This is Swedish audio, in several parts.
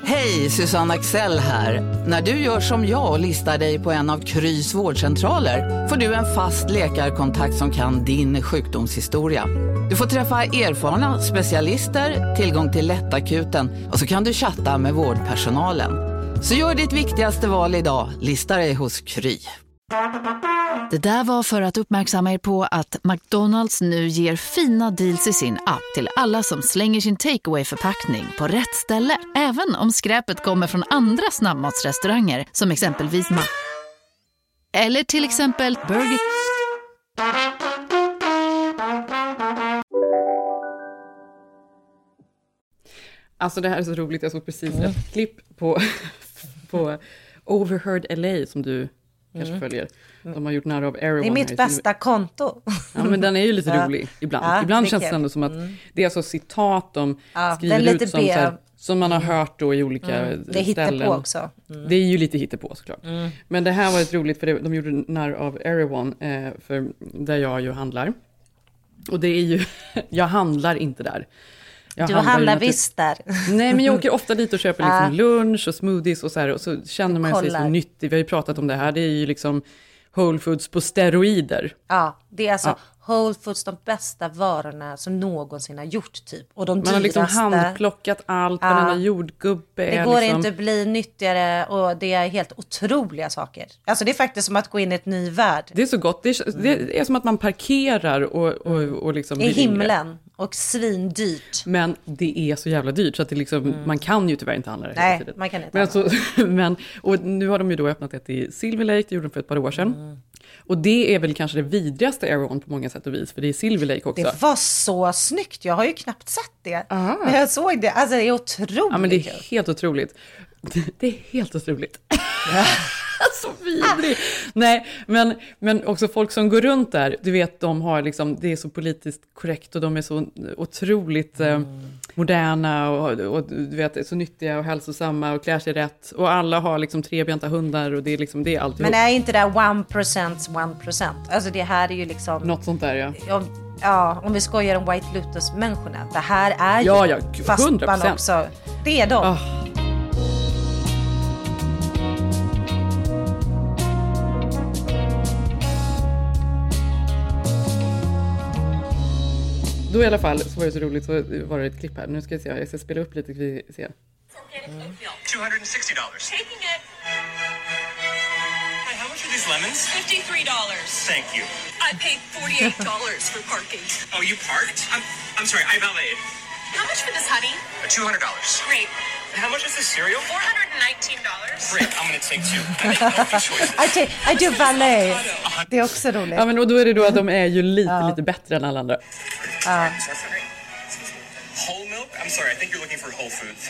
Hej, Susanne Axel här. När du gör som jag och listar dig på en av Krys vårdcentraler får du en fast läkarkontakt som kan din sjukdomshistoria. Du får träffa erfarna specialister, tillgång till lättakuten och så kan du chatta med vårdpersonalen. Så gör ditt viktigaste val idag, lista dig hos Kry. Det där var för att uppmärksamma er på att McDonalds nu ger fina deals i sin app till alla som slänger sin takeaway-förpackning på rätt ställe. Även om skräpet kommer från andra snabbmatsrestauranger som exempelvis eller till exempel Burger. Alltså det här är så roligt, jag såg precis ett klipp på Overheard LA som du kanske följer. De har gjort nära av Erewhon. Det är mitt bästa konto. Ja, men den är ju lite rolig ibland. Ja, ibland känns det ändå som att det är så citat de skriver ut som, så här, som man har hört då i olika ställen. Det hittar på också. Det är ju lite hittepå såklart. Men det här var ett roligt för de gjorde nära av Erewhon för där jag ju handlar. Och det är ju, jag handlar inte där. Du handlar visst där. Nej, men jag åker ofta dit och köper liksom lunch och smoothies och så här. Och så känner man sig så nyttig. Vi har ju pratat om det här. Det är ju liksom Whole Foods på steroider. Ja, det är alltså Whole Foods, de bästa varorna som någonsin har gjort typ. Och de man har liksom dyraste. Handplockat allt. Varenda jordgubbe det är går liksom... inte att bli nyttigare och det är helt otroliga saker. Alltså det är faktiskt som att gå in i ett ny värld. Det är så gott. Det är som att man parkerar och liksom... I himlen. Och svindyrt. Men det är så jävla dyrt så att det liksom, man kan ju tyvärr inte handla det. Nej, man kan inte. Och nu har de ju då öppnat ett i Silver Lake, det gjorde de för ett par år sedan. Och det är väl kanske det vidrigaste Erewhon på många sätt och vis, för det är Silver Lake också. Det var så snyggt, jag har ju knappt sett det. Men jag såg det, alltså det är otroligt. Ja, men det är helt otroligt. Det är helt otroligt. Så vidrigt. Nej, men också folk som går runt där, du vet, de har liksom, det är så politiskt korrekt och de är så otroligt moderna och du vet, så nyttiga och hälsosamma och klär sig rätt. Och alla har liksom trebenta hundar och det är liksom, det är alltihop. Men är inte det 1%? Alltså det här är ju liksom... Något sånt där, ja. Ja, om vi skojar om White Lotus-människorna. Det här är ju 100%. också. Det är de. Då i alla fall så var det så roligt, så var det ett klipp här. Nu ska jag se, jag ska spela upp lite, vi ser. $260. Taking it. Hi, how much are these lemons? $53. Thank you. I paid $48 for parking. Oh, you parked? I'm sorry, I valeted. How much for this, honey? $200. Great. And how much is this cereal? $419. Great, I'm gonna take two. I make healthy choices. I do valet. Det är också roligt. Ja, men och då är det då att de är ju lite bättre än alla andra. Whole milk? I'm sorry, I think you're looking for Whole Foods.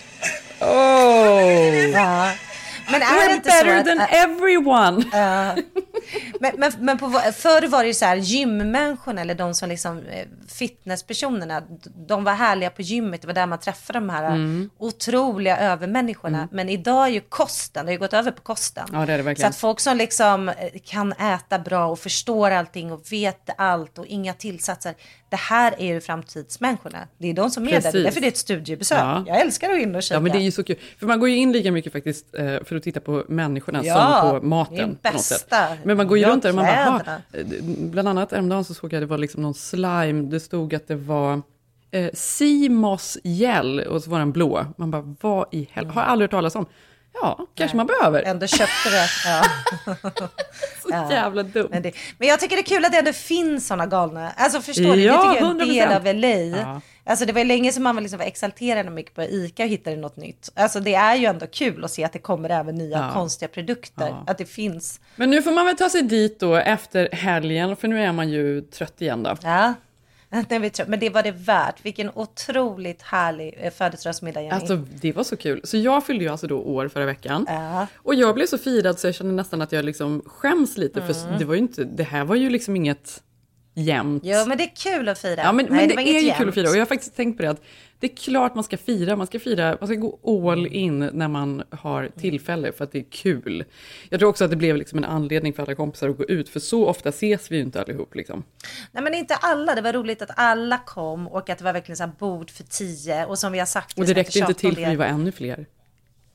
Ja. Men är det inte better så att, than everyone. men förr var det ju så här, gymmänniskorna eller de som liksom fitnesspersonerna, de var härliga på gymmet, det var där man träffade de här otroliga övermänniskorna. Men idag är ju kosten, det har ju gått över på kosten. Ja, det är det verkligen. Så att folk som liksom kan äta bra och förstår allting och vet allt och inga tillsatser, det här är ju framtidsmänniskorna. Det är de som är där, därför det är ett studiebesök. Ja. Jag älskar att gå in och kika. Ja, men det är ju så kul. För man går ju in lika mycket faktiskt för att titta på människorna som på maten. Det är bästa. Men man går ju runt där och man bara, bland annat häromdagen så såg jag att det var liksom någon slime. Det stod att det var Simos gel och så var den blå. Man bara, vad i helvete? Har jag aldrig hört talas om. Ja, kanske man behöver. Ändå köpte det. Ja. Så jävla dumt. Men jag tycker det är kul att det ändå finns såna galna. Alltså förstår ni? Det tycker jag är en del av LA. Ja. Alltså det var länge som man liksom var exalterad mycket på ICA och hittade något nytt. Alltså det är ju ändå kul att se att det kommer även nya konstiga produkter. Ja. Att det finns. Men nu får man väl ta sig dit då efter helgen. För nu är man ju trött igen då. Ja. Men det var det värt. Vilken otroligt härlig födelsedagsmiddag, Jenny. Alltså det var så kul. Så jag fyllde ju alltså då år förra veckan. Och jag blev så firad så jag kände nästan att jag liksom skäms lite. För det var ju inte, det här var ju liksom inget jämnt. Jo, men det är kul att fira. Ja, men det är ju jämnt. kul att fira. Och jag har faktiskt tänkt på det att det är klart man ska fira. Man ska gå all in när man har tillfälle för att det är kul. Jag tror också att det blev liksom en anledning för alla kompisar att gå ut. För så ofta ses vi ju inte allihop liksom. Nej, men inte alla. Det var roligt att alla kom och att det var verkligen så här bord för 10. Och som vi har sagt. Och det räckte inte till för vi var ännu fler.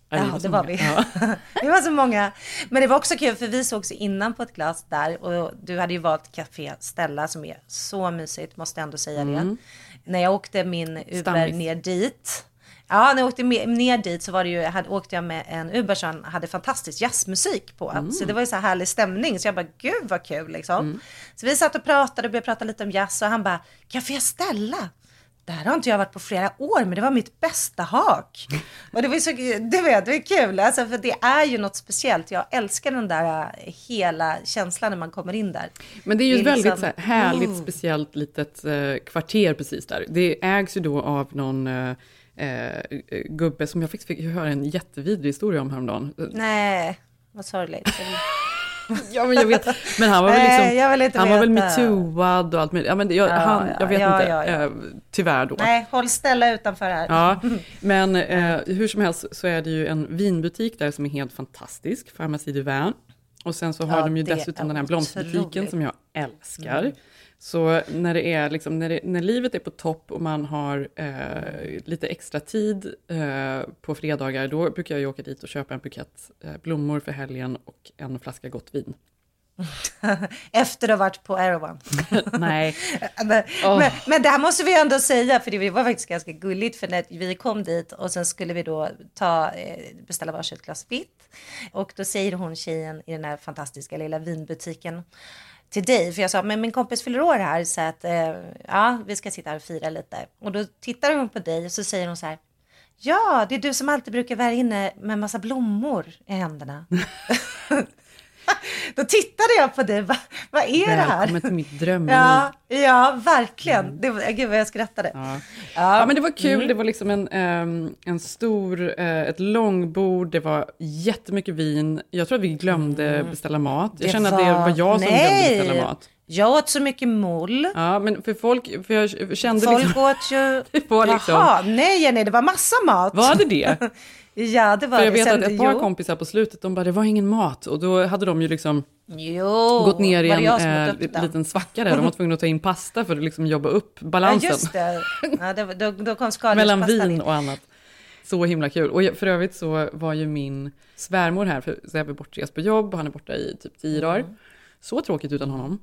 Ja, det var vi. Ja. Det var så många. Men det var också kul för vi sågs innan på ett glas där. Och du hade ju valt Café Stella som är så mysigt, måste jag ändå säga det. När jag åkte min Uber ner dit. Ja, när jag åkte ner dit så var det ju, åkte jag med en Uber som hade fantastisk jazzmusik på. Så det var ju så här härlig stämning. Så jag bara, gud vad kul liksom. Så vi satt och pratade och började prata lite om jazz. Och han bara, Café Stella. Där har inte jag varit på flera år, men det var mitt bästa hak. Och det var så, du vet, det är kul. Alltså, för det är ju något speciellt. Jag älskar den där hela känslan när man kommer in där. Men det är ju ett väldigt så här, härligt, speciellt litet kvarter precis där. Det ägs ju då av någon gubbe som jag fick höra en jättevidrig historia om häromdagen. Nej, vad sorgligt. Ja, men jag vet. Men han var väl liksom, han var väl metooad och allt möjligt. Ja, men jag vet inte. Tyvärr då. Nej, håll Stella utanför här. Ja, men hur som helst så är det ju en vinbutik där som är helt fantastisk. Pharmacie du Vin. Och sen så har de ju dessutom den här blomsterbutiken som jag älskar. Så när det är liksom, när livet är på topp och man har lite extra tid på fredagar, då brukar jag ju åka dit och köpa en bukett blommor för helgen och en flaska gott vin. Efter att ha varit på Aerovan. Nej. Men det här måste vi ändå säga, för det var faktiskt ganska gulligt, för när vi kom dit och sen skulle vi då beställa varsitt glas vitt. Och då säger hon, tjejen i den här fantastiska lilla vinbutiken, till dig, för jag sa, men min kompis fyller år här, så att vi ska sitta här och fira lite. Och då tittar hon på dig och så säger hon så här, ja, det är du som alltid brukar vara inne med en massa blommor i händerna. Då tittade jag på dig, vad är det här? Välkommen till mitt drömliv. Ja, verkligen. Gud vad jag skrattade. Ja, men det var kul. Det var liksom en stor, ett långbord. Det var jättemycket vin. Jag tror att vi glömde beställa mat. Jag kände att det var jag som glömde beställa mat. Jag åt så mycket moll. Ja, men för jag kände folk liksom... åt ju... Det var liksom... Jaha, nej, det var massa mat. Var det? Ja, det var för jag det. vet att ett par kompisar på slutet, de bara, det var ingen mat. Och då hade de ju liksom gått ner i en liten svacka där. De var tvungna att ta in pasta för att liksom jobba upp balansen. Ja, just det. Ja, då kom mellan vin och annat. Så himla kul. Och för övrigt så var ju min svärmor här, för så jag var bortrest på jobb och han är borta i typ 10 dagar. Så tråkigt utan honom.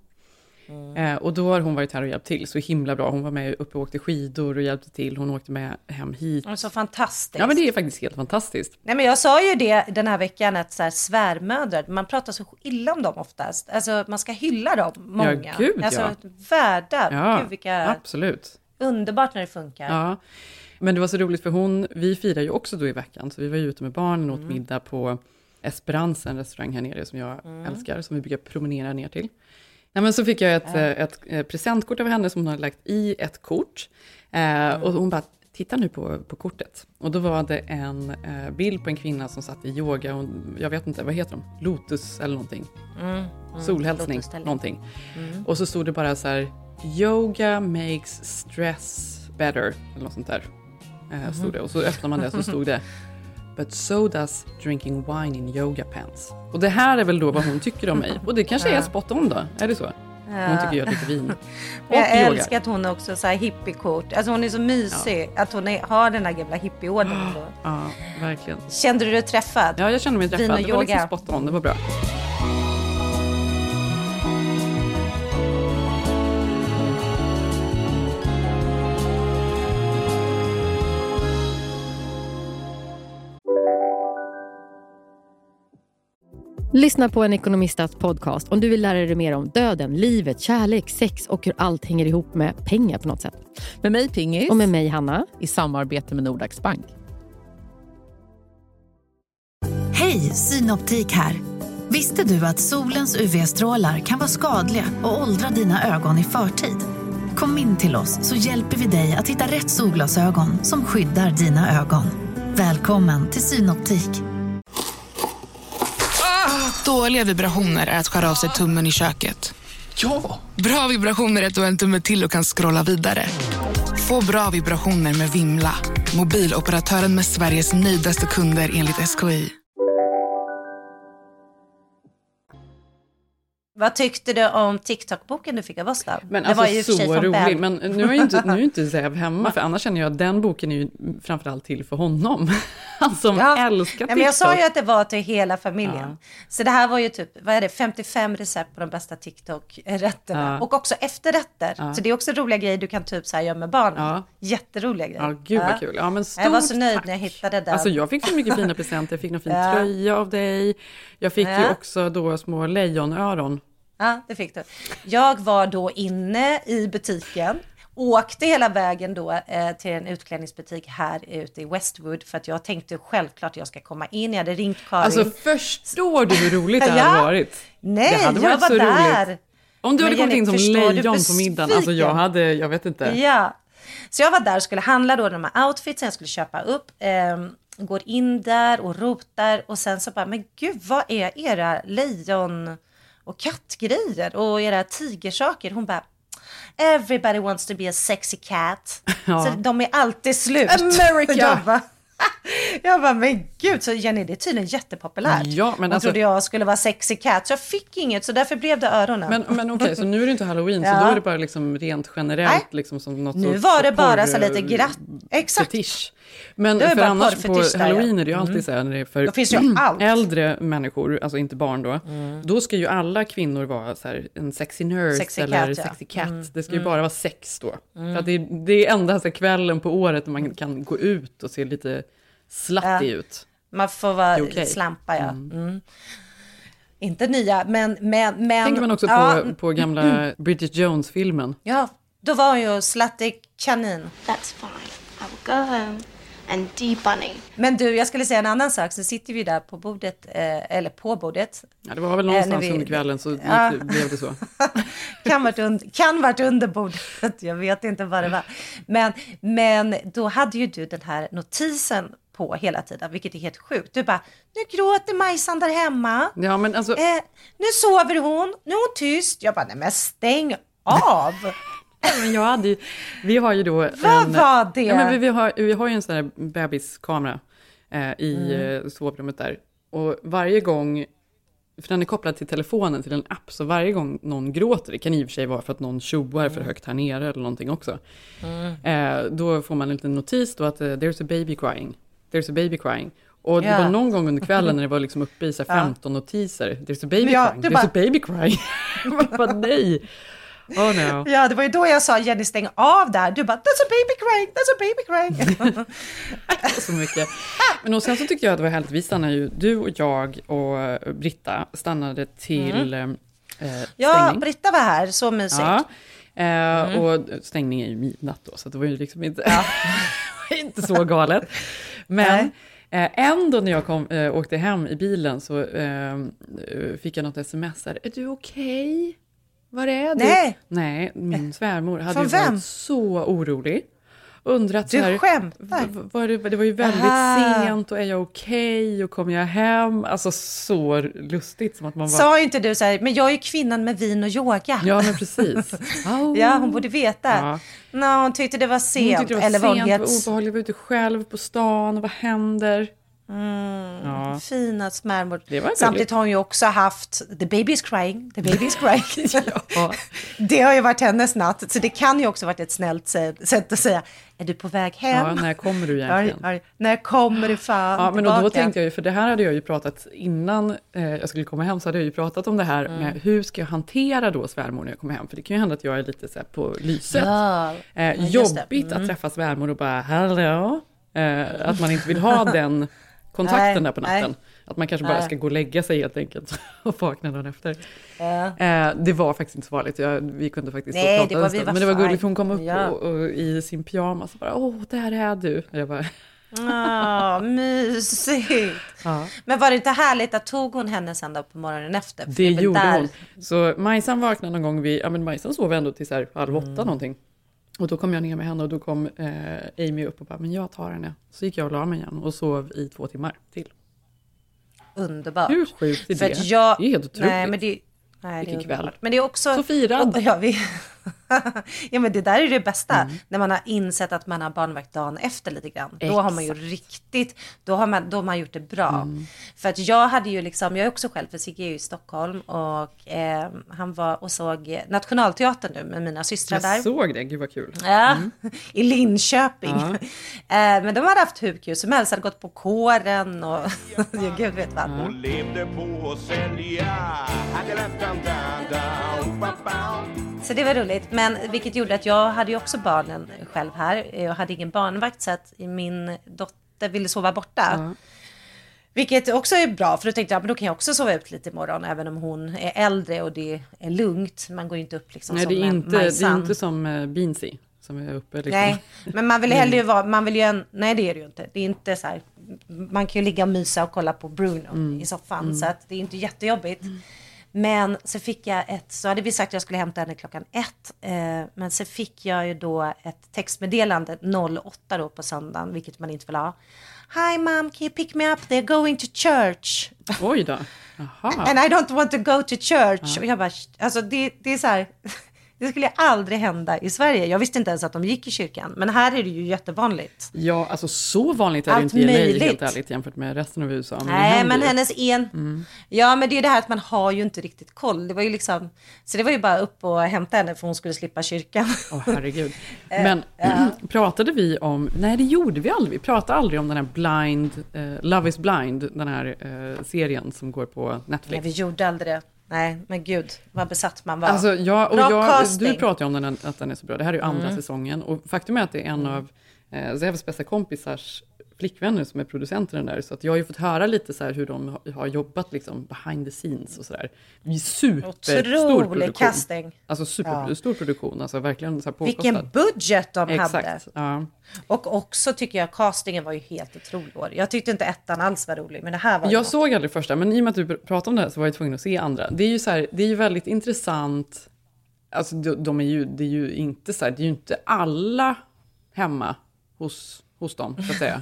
Och då har hon varit här och hjälpt till så himla bra. Hon var med uppe och åkte skidor och hjälpte till. Hon åkte med hem hit. Så fantastiskt. Ja, men det är faktiskt helt fantastiskt. Nej, men jag sa ju det den här veckan, att så här, svärmödrar, man pratar så illa om dem oftast. Alltså man ska hylla dem, många. Ja, gud, alltså värda. Ja, gud, vilka... absolut. Underbart när det funkar. Ja, men det var så roligt för vi firar ju också då i veckan. Så vi var ju ute med barnen och åt middag på Esperanza, en restaurang här nere som jag älskar. Som vi brukar promenera ner till. Nej, men så fick jag ett presentkort av henne som hon hade lagt i ett kort. Och hon bara, titta nu på kortet. Och då var det en bild på en kvinna som satt i yoga. Och jag vet inte, vad heter de? Lotus eller någonting. Solhälsning, någonting. Och så stod det bara så här, yoga makes stress better. Eller något sånt där. Stod det. Och så öppnar man det så stod det, but so does drinking wine in yoga pants. Och det här är väl då vad hon tycker om mig. Och det kanske är spot on då. Är det så? Hon tycker jag dricker vin. Och jag yoga. älskar att hon också så här hippiekort. Alltså hon är så mysig. Att hon har den här gamla hippieorden. Ja, verkligen. Kände du dig träffad? Ja, jag kände mig träffad. Det var liksom spot on. Det var bra. Lyssna på en ekonomistats podcast om du vill lära dig mer om döden, livet, kärlek, sex och hur allt hänger ihop med pengar på något sätt. Med mig Pingis. Och med mig Hanna. I samarbete med Nordax Bank. Hej, Synoptik här. Visste du att solens UV-strålar kan vara skadliga och åldra dina ögon i förtid? Kom in till oss så hjälper vi dig att hitta rätt solglasögon som skyddar dina ögon. Välkommen till Synoptik. Dåliga vibrationer är att skära av sig tummen i köket. Ja! Bra vibrationer är att du har en tumme till och kan scrolla vidare. Få bra vibrationer med Vimla. Mobiloperatören med Sveriges nöjdaste kunder enligt SKI. Vad tyckte du om TikTok-boken du fick av oss då? Men det alltså var ju så roligt, men nu är ju inte Zev hemma, för annars känner jag att den boken är ju framförallt till för honom. Han som älskar TikTok. Men jag sa ju att det var till hela familjen. Så det här var ju typ, 55 recept på de bästa TikTok-rätterna. Och också efterrätter. Så det är också roliga grejer du kan typ så här göra med barnen. Jätteroliga grejer. Ja, gud vad kul. Ja, men jag var så nöjd när jag hittade den. Alltså jag fick så mycket fina presenter. Jag fick någon fin tröja av dig. Jag fick ju också då små lejonöron. Ja, det fick du. Jag var då inne i butiken, åkte hela vägen då till en utklädningsbutik här ute i Westwood, för att jag tänkte självklart att jag ska komma in. Jag hade ringt Karin. Alltså förstår du hur roligt det hade varit? Nej, det hade varit jag så var där. Roligt. Om du hade kommit in som lejon på middagen, alltså jag vet inte. Ja, så jag var där och skulle handla då de här outfitsen jag skulle köpa upp. Går in där och rotar och sen så bara, men gud, vad är era lejon och kattgrejer och era tigersaker? Hon bara, everybody wants to be a sexy cat. Så de är alltid slut. America! Jag bara, men gud, så Jenny, det är tydligen jättepopulärt. Ja, men hon trodde jag skulle vara sexy cat, så jag fick inget, så därför blev det öronen. Men okej, så nu är det inte Halloween, så då är det bara liksom rent generellt liksom som något. Nu var det bara så lite glatt. Exakt. Fetisch. Men för annars på Halloween är det ju alltid så här, när det är för då finns ju allt. Äldre människor, alltså inte barn då, då ska ju alla kvinnor vara så här, en sexy nurse sexy eller cat, sexy cat. Det ska ju bara vara sex då. För att det är enda så här, kvällen på året man kan gå ut och se lite slattig ut. Man får vara slampa, Inte nya, men tänker man också på gamla Bridget Jones-filmen. Ja, då var ju slattig kanin. That's fine. I will go home and debunny. Men du, jag skulle säga en annan sak, så sitter vi där på bordet, eller på bordet. Ja, det var väl någonstans under kvällen så blev det så. kan varit under bordet, jag vet inte vad det var. Men då hade ju du den här notisen på hela tiden, vilket är helt sjukt. Du bara, nu gråter Majsan där hemma. Ja, men alltså... nu sover hon, nu är hon tyst. Jag bara, nej men stäng av. Men vi har ju då var det? Ja, men vi har ju en sån här bebiskamera i sovrummet där. Och varje gång, för den är kopplad till telefonen, till en app, så varje gång någon gråter, det kan i och för sig vara för att någon tjoar för högt här nere eller någonting också. Då får man en liten notis då att there's a baby crying. There's a baby crying. Och det var någon gång under kvällen när det var liksom uppe i så 15 notiser. There's a baby crying. There's a baby crying. Bara, nej. Oh no. Ja, det var ju då jag sa, Jenny, stäng av där. Du bara, that's a baby crying, that's a baby crying. Så mycket. Men och sen så tyckte jag att det var härligt. Vi stannade ju, du och jag och Britta stannade till stängning. Ja, Britta var här, så mysigt. Ja. Och stängning är ju midnatt då, så det var ju liksom inte, inte så galet. Men ändå när jag åkte hem i bilen så fick jag något sms här. Är du okej? Var är du? Nej, min svärmor hade ju varit så orolig. Undrat så här, du skämtar? Det var ju väldigt sent och är jag okej och kommer jag hem? Alltså så lustigt som att man var... Sa inte du så här, men jag är ju kvinnan med vin och yoga. Ja, men precis. Ja, hon borde veta. Hon tyckte det var sent. Hon tyckte det var eller sent, var helt... obehagligt, jag var ute själv på stan och vad händer? Fina smärmor. Samtidigt har hon ju också haft the baby is crying. Det har ju varit hennes natt. Så det kan ju också varit ett snällt sätt att säga, är du på väg hem? Ja, när kommer du egentligen? När kommer du fan men tillbaka? då tänkte jag ju, för det här hade jag ju pratat innan jag skulle komma hem, så hade jag ju pratat om det här med hur ska jag hantera då svärmor när jag kommer hem? För det kan ju hända att jag är lite så här på lyset. Jobbigt att träffa svärmor och bara, hallå? Att man inte vill ha den kontakten där på natten. Att man kanske bara ska gå och lägga sig helt enkelt och vakna dagen efter. Det var faktiskt inte så farligt. Vi kunde faktiskt prata en stund. Men det var gulligt för hon kom upp och i sin pyjamas och bara, där är du. Och jag bara... mysigt. Men var det inte härligt att tog hon henne sen då på morgonen efter? Det gjorde hon. Så Majsan vaknade någon gång Majsan sov ändå till så här 7:30 någonting. Och då kom jag ner med henne och då kom Amy upp och bara, men jag tar henne. Så gick jag och la mig igen och sov i 2 timmar till. Underbart. Hur sjukt är det? Det är helt otroligt. Nej, men det är vilken kväll. Men det är också... Så firad. Ja, men det där är det bästa. När man har insett att man har barnvakt dagen efter lite grann. Då har man ju riktigt, då har man gjort det bra. För att jag hade ju liksom, jag är också själv, för Sigge är ju i Stockholm och han var och såg Nationalteatern nu med mina systrar där. Jag såg det, gud vad kul. Ja, i Linköping. Men de hade haft hur kul som helst, hade gått på kåren och gud vet vad. Hon levde på att sälja. Så det var roligt, men vilket gjorde att jag hade ju också barnen själv här. Jag hade ingen barnvakt så att min dotter ville sova borta. Vilket också är bra, för då tänkte jag, men då kan jag också sova ut lite imorgon, även om hon är äldre och det är lugnt. Man går ju inte upp liksom. Nej, som det är inte som Beansy som är uppe. Liksom. Nej, men man vill hellre vara, nej det är det ju inte. Det är inte så här, man kan ju ligga och mysa och kolla på Bruno i soffan, så att det är inte jättejobbigt. Men så fick jag så hade vi sagt att jag skulle hämta henne 1:00. Men så fick jag ju då ett textmeddelande 08 då på söndagen, vilket man inte vill ha. Hi mom, can you pick me up? They're going to church. Oj då. Aha. And I don't want to go to church. Och jag bara, alltså det är så här, det skulle aldrig hända i Sverige. Jag visste inte ens att de gick i kyrkan. Men här är det ju jättevanligt. Ja, alltså så vanligt är det inte i LA, helt ärligt, jämfört med resten av USA. Men nej, men hennes Ja, men det är ju det här att man har ju inte riktigt koll. Det var ju liksom, så det var ju bara upp och hämta henne för hon skulle slippa kyrkan. Herregud. Men pratade vi om, nej det gjorde vi aldrig. Vi pratade aldrig om den här Love is Blind, den här serien som går på Netflix. Nej, vi gjorde aldrig det. Nej, men gud, vad besatt man var. Alltså, du pratar ju om att den är så bra. Det här är ju andra säsongen. Och faktum är att det är en av Zevs bästa kompisars flickvänner som är producenter den där. Så att jag har ju fått höra lite så här hur de har jobbat liksom behind the scenes och sådär. Superstor produktion. Casting. Alltså superstor produktion. Alltså verkligen så här påkostad. Vilken budget de hade. Ja. Och också tycker jag castingen var ju helt otrolig. Jag tyckte inte ettan alls var rolig, men det här var jag såg aldrig första, men i och med att du pratade om det här så var jag tvungen att se andra. Det är ju så här, det är ju väldigt intressant. Alltså det är ju inte så här, det är ju inte alla hemma hos dem, så att säga.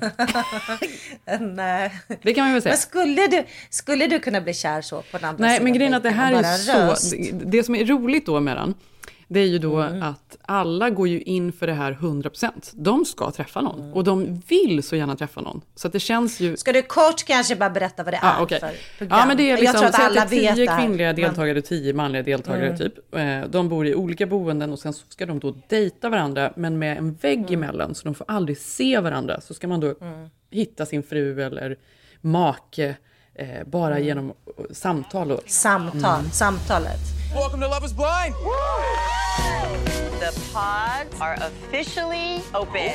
Nej. Det kan man väl säga. Men skulle du kunna bli kär så på den andra sidan? Nej, men grejen är att det här är så. Det som är roligt då med den, det är ju då att alla går ju in för det här 100%. De ska träffa någon. Och de vill så gärna träffa någon. Så att det känns ju... Ska du kort kanske bara berätta vad det är okay. för program? Ja, men det är liksom, jag tror att alla vet 10 kvinnliga deltagare, 10 manliga deltagare typ. De bor i olika boenden och sen så ska de då dejta varandra, men med en vägg emellan, så de får aldrig se varandra. Så ska man då hitta sin fru eller make bara genom samtal. Samtalet. Welcome to Love is Blind! The pods are officially open.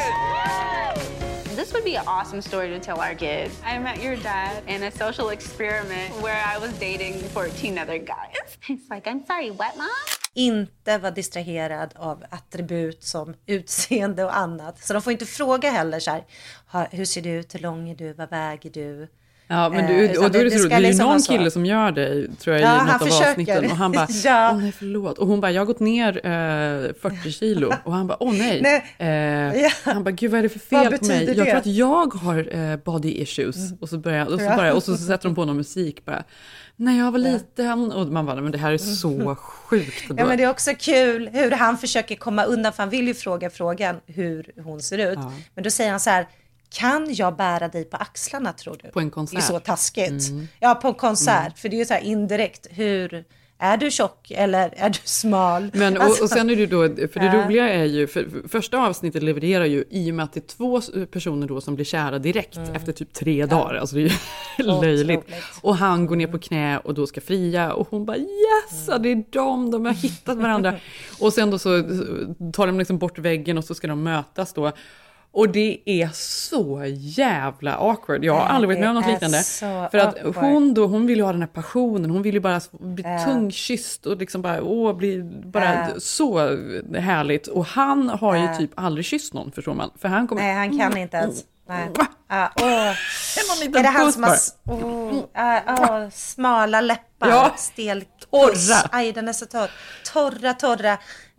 This would be an awesome story to tell our kids. I met your dad in a social experiment where I was dating 14 other guys. He's like, I'm sorry, what mom? Inte vara distraherad av attribut som utseende och annat. Så de får inte fråga heller så här, hur ser du ut, hur lång är du, vad väger du? Ja, men och då är det så roligt. Det är liksom någon kille som gör det, tror jag, i något av avsnitten. Och han bara, nej förlåt. Och hon bara, jag har gått ner 40 kilo. Och han bara, nej. Han bara, gud vad är det för fel på mig? Jag tror att jag har body issues. Och så sätter de på någon musik bara. När jag var liten. Och man bara, men det här är så sjukt. Ja, men det är också kul hur han försöker komma undan. För han vill ju frågan hur hon ser ut. Men då säger han så här, kan jag bära dig på axlarna, tror du? På en konsert. Det är så taskigt. Ja, på en konsert. För det är ju så här indirekt. Är du tjock eller är du smal? Men, och sen är det då, för det roliga är ju, för första avsnittet levererar ju i och med att det är 2 personer då som blir kära direkt efter typ 3 dagar. Alltså det är ju löjligt. Och han går ner på knä och då ska fria och hon bara, yes, det är de har hittat varandra. Och sen då så tar de liksom bort väggen och så ska de mötas då. Och det är så jävla awkward. Jag har aldrig varit med om något liknande. För att hon vill ju ha den här passionen. Hon vill ju bara bli tungkysst och liksom bara, bli bara så härligt. Och han har ju typ aldrig kysst någon, förstår man. För han kommer... Nej, han kan inte ens. Nej. Är det han som har smala läppar, stel torra. Aj, den är så torra.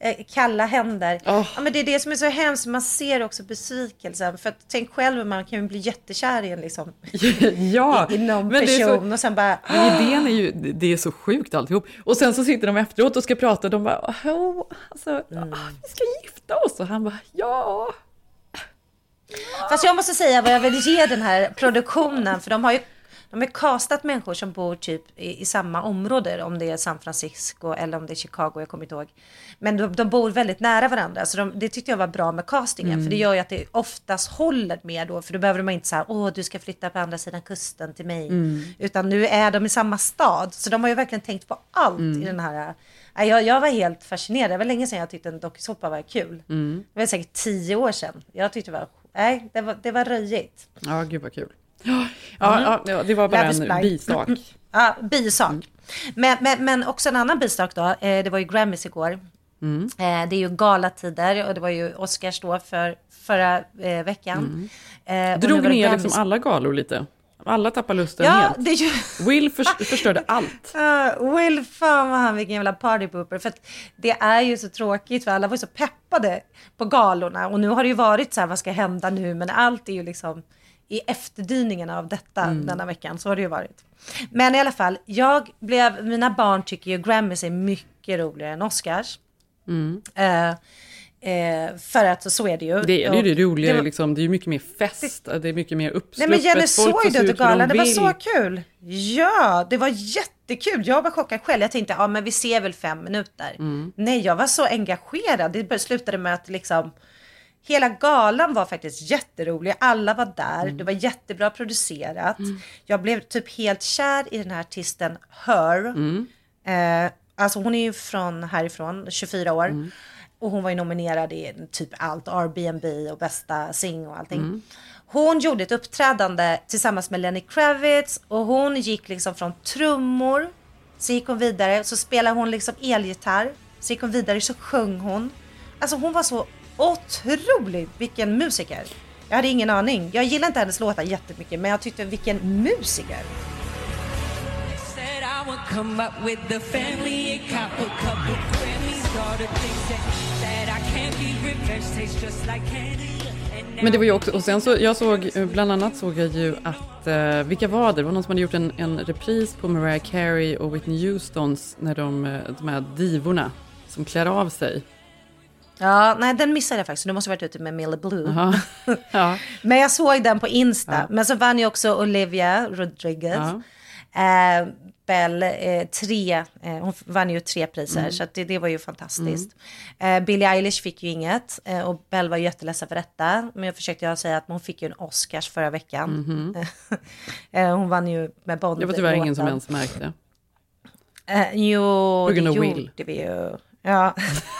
kalla händer. Ja, men det är det som är så hemskt. Man ser också besvikelsen. För att, tänk själv, man kan ju bli jättekär i en liksom, i någon person. Så, och sen bara... Men idén är ju, det är så sjukt alltihop. Och sen så sitter de efteråt och ska prata. Och de bara, vi ska gifta oss. Och han bara, ja. Fast jag måste säga vad jag vill ge den här produktionen. För de har castat människor som bor typ i samma område. Om det är San Francisco eller om det är Chicago, jag kommer inte ihåg. Men de bor väldigt nära varandra. Så det tyckte jag var bra med castingen. För det gör ju att det oftast håller mer då. För då behöver man inte säga, du ska flytta på andra sidan kusten till mig. Utan nu är de i samma stad. Så de har ju verkligen tänkt på allt i den här... Jag var helt fascinerad. Det var länge sedan jag tyckte en dokusåpa var kul. Det var säkert 10 år sedan. Jag tyckte det var röjigt. Ja, gud vad kul. Ja, det var bara en bisak. Ja, bisak. Men också en annan bisak då. Det var ju Grammys igår. Det är ju galatider och det var ju Oscars då förra veckan. Drog ner liksom alla galor lite. Alla tappar lusten helt. Will förstörde allt. Will, fan vad han, vilken jävla partypooper. För att det är ju så tråkigt, för alla var ju så peppade på galorna. Och nu har det ju varit så här, vad ska hända nu? Men allt är ju liksom i efterdyningarna av detta denna veckan. Så har det ju varit. Men i alla fall, mina barn tycker ju Grammys är mycket roligare än Oscars. För att så är det ju. Det är ju det roliga, liksom, det är ju mycket mer fest, det är mycket mer uppsluppet. Nej, men Jenny såg ju det galan, det var så kul. Ja, det var jättekul. Jag var chockad själv, jag tänkte, men vi ser väl 5 minuter. Nej, jag var så engagerad. Det slutade med att liksom, hela galan var faktiskt jätterolig. Alla var där, det var jättebra producerat. Jag blev typ helt kär i den här artisten Her. Alltså hon är ju härifrån, 24 år. Och hon var ju nominerad i typ allt, Airbnb och bästa sing och allting. Hon gjorde ett uppträdande tillsammans med Lenny Kravitz. Och hon gick liksom från trummor, så gick hon vidare. Så spelade hon liksom elgitarr. Så gick hon vidare, så sjöng hon. Alltså hon var så otrolig, vilken musiker. Jag hade ingen aning. Jag gillar inte hennes låtar jättemycket, men jag tyckte vilken musiker. Men det var ju också, och sen så bland annat såg jag ju att vilka var det? Det var någon som hade gjort en repris på Mariah Carey och Whitney Houstons när de här divorna som klär av sig. Ja, nej, den missade jag faktiskt. Du måste ha varit ute med Milla Blue. Ja. Men jag såg den på Insta. Ja. Men så vann ju också Olivia Rodriguez. Belle, hon vann ju 3 priser. Så att det var ju fantastiskt. Billie Eilish fick ju inget. Och Belle var jätteledsen för detta. Men jag försökte säga att hon fick ju en Oscars förra veckan. Hon vann ju med Bond. Det var tyvärr ingen som ens märkte. Jo, det gjorde vi ju. Ja,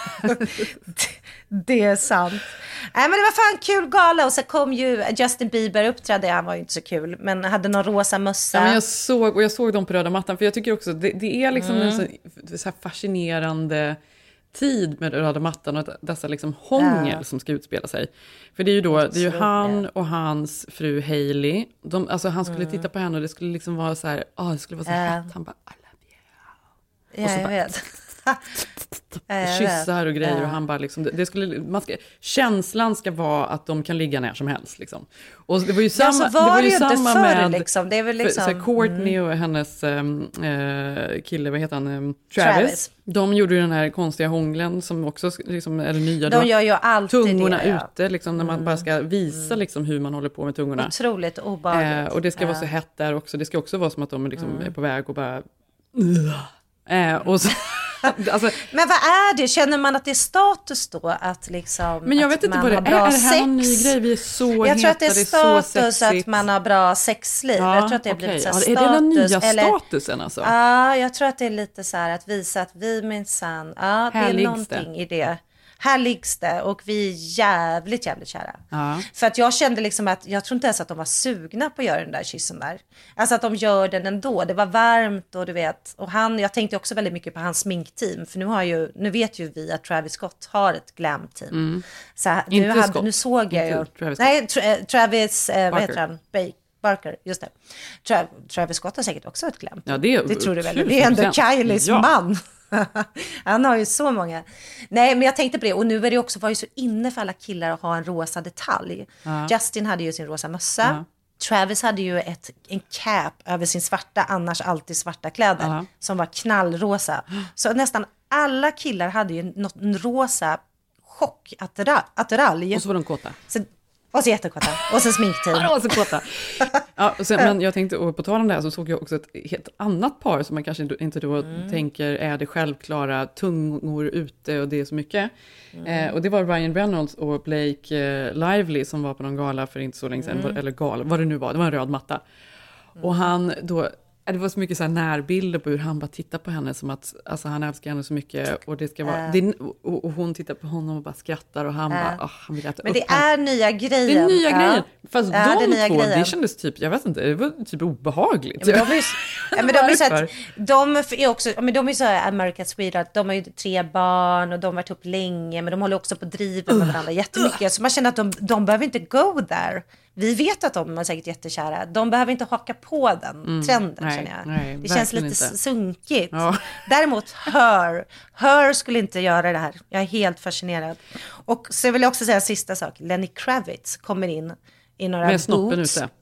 det är sant. Nej, men det var fan kul gala. Och så kom ju Justin Bieber uppträdde. Han var ju inte så kul, men hade någon rosa mössa. Ja, men jag såg dem på röda mattan. För jag tycker också, det är liksom en så här fascinerande tid med röda mattan. Och dessa liksom hångel som ska utspela sig. För det är ju då, det är ju han och hans fru Hailey. Alltså han skulle titta på henne och det skulle liksom vara så här, det skulle vara så hett. Han bara, I love you. Och så jag vet. Kyssar och grejer och han bara liksom, känslan ska vara att de kan ligga när som helst liksom. Och det var ju samma, det var ju samma med liksom. Det är väl liksom så Courtney och hennes kille, vad heter han, Travis. De gjorde ju den här konstiga hånglen som också liksom är nya. De gör ju alltid tungorna ute liksom, när man bara ska visa liksom hur man håller på med tungorna. Otroligt obehagligt. Och det ska vara så hett där också. Det ska också vara som att de liksom är på väg och bara och så alltså, men vad är det? Känner man att det är status då att liksom, men jag vet inte vad det är. Är det här någon ny grej? Vi är så jag tror att det är status att man har bra sexliv. Jag tror att det har blivit så här status. Är det den nya statusen alltså? Ja, jag tror att det är lite så här att visa att vi minsann, det är någonting i det. Här liggs det och vi är jävligt kära. För att jag kände liksom att jag tror inte ens att de var sugna på att göra den där kyssen där. Alltså att de gör den ändå. Det var varmt och du vet. Och jag tänkte också väldigt mycket på hans sminkteam. För nu vet ju vi att Travis Scott har ett glam-team. Så nu såg jag ju. Travis vad heter han? Barker, just det. Travis Scott har säkert också ett glam. Ja, det tror du väl. Det är ändå Kylies man. Han har ju så många. Nej, men jag tänkte på det. Och nu är det också, var ju så inne för alla killar att ha en rosa detalj. Justin hade ju sin rosa mössa. Travis hade ju en cap över sin svarta, annars alltid svarta kläder. Som var knallrosa. Så nästan alla killar hade ju en rosa chockattiralj. Och så var de kåta. Och så jättekåta. Och så sminkteam. Ja, så kåta. Ja, och sen, men jag tänkte, och på tal om det här så såg jag också ett helt annat par som man kanske inte då tänker är det självklara, tungor ute och det är så mycket. Och det var Ryan Reynolds och Blake Lively som var på någon gala för inte så länge sedan. Eller gala, vad det nu var. Det var en röd matta. Och han då... Det var så mycket så här närbilder på hur han bara tittar på henne som att alltså, han älskar henne så mycket och det ska vara och hon tittar på honom och bara skrattar och han bara han vill äta. Men det är nya grejer. Det är nya grejer. Fast de två, grejen. Det kändes typ, jag vet inte, det var typ obehagligt. Ja, men de är så att de är också, men de är så här American Sweetheart, de har ju 3 barn och de har varit upp länge, men de håller också på att driva med varandra jättemycket. Så man känner att de behöver inte go there. Vi vet att de är säkert jättekära. De behöver inte haka på den trenden, känner jag. Nej, det känns lite inte. Sunkigt. Ja. Däremot Her skulle inte göra det här. Jag är helt fascinerad. Och så vill jag också säga en sista sak. Lenny Kravitz kommer in i några med snoppen boots. Ute.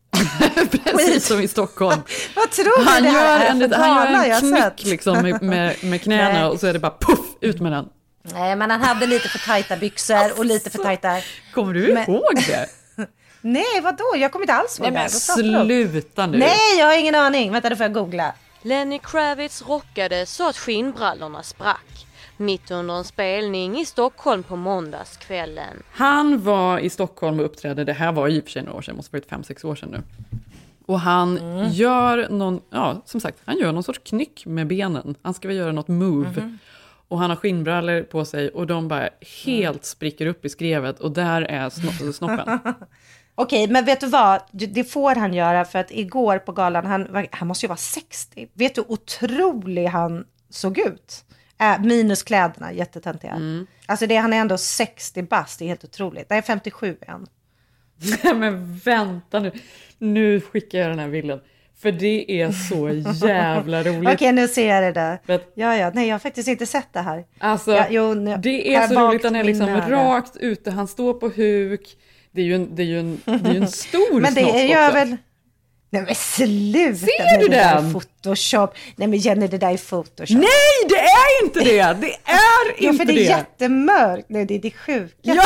Precis som i Stockholm. Vad tror du han det här gör en knyck liksom med knäna och så är det bara puff, ut med den. Nej, men han hade lite för tajta byxor och lite för tajta... Kommer du ihåg det? Nej, vadå? Jag kommer inte alls ihåg det. Men sluta nu. Nej, jag har ingen aning. Vänta, då får jag googla. Lenny Kravitz rockade så att skinnbrallorna sprack. Mitt under en spelning i Stockholm på måndagskvällen. Han var i Stockholm och uppträdde, det här var i och för sig några år sedan, måste varit 5-6 år sedan nu. Och han gör någon, som sagt, han gör någon sorts knyck med benen. Han ska väl göra något move. Och han har skinnbrallor på sig och de bara helt spricker upp i skrevet och där är snoppen. Okej, men vet du vad? Det får han göra för att igår på galan, han måste ju vara 60. Vet du hur otrolig han såg ut? Minus kläderna, jättetöntiga. Alltså han är ändå 60 bast, det är helt otroligt. Det är 57 än. Nej men vänta nu. Nu skickar jag den här bilden. För det är så jävla roligt. Okej, nu ser jag det där. Ja. Nej, jag har faktiskt inte sett det här. Alltså, det är så roligt. Han är liksom rakt ute. Han står på huk. Det är ju en stor men det snopp är också. Väl... Nej men sluta. Ser du den? Photoshop. Nej men Jenny, det där är Photoshop. Nej, det är inte det. Det är inte för det. Det är jättemörkt. Nej, det är det sjuka. Ja.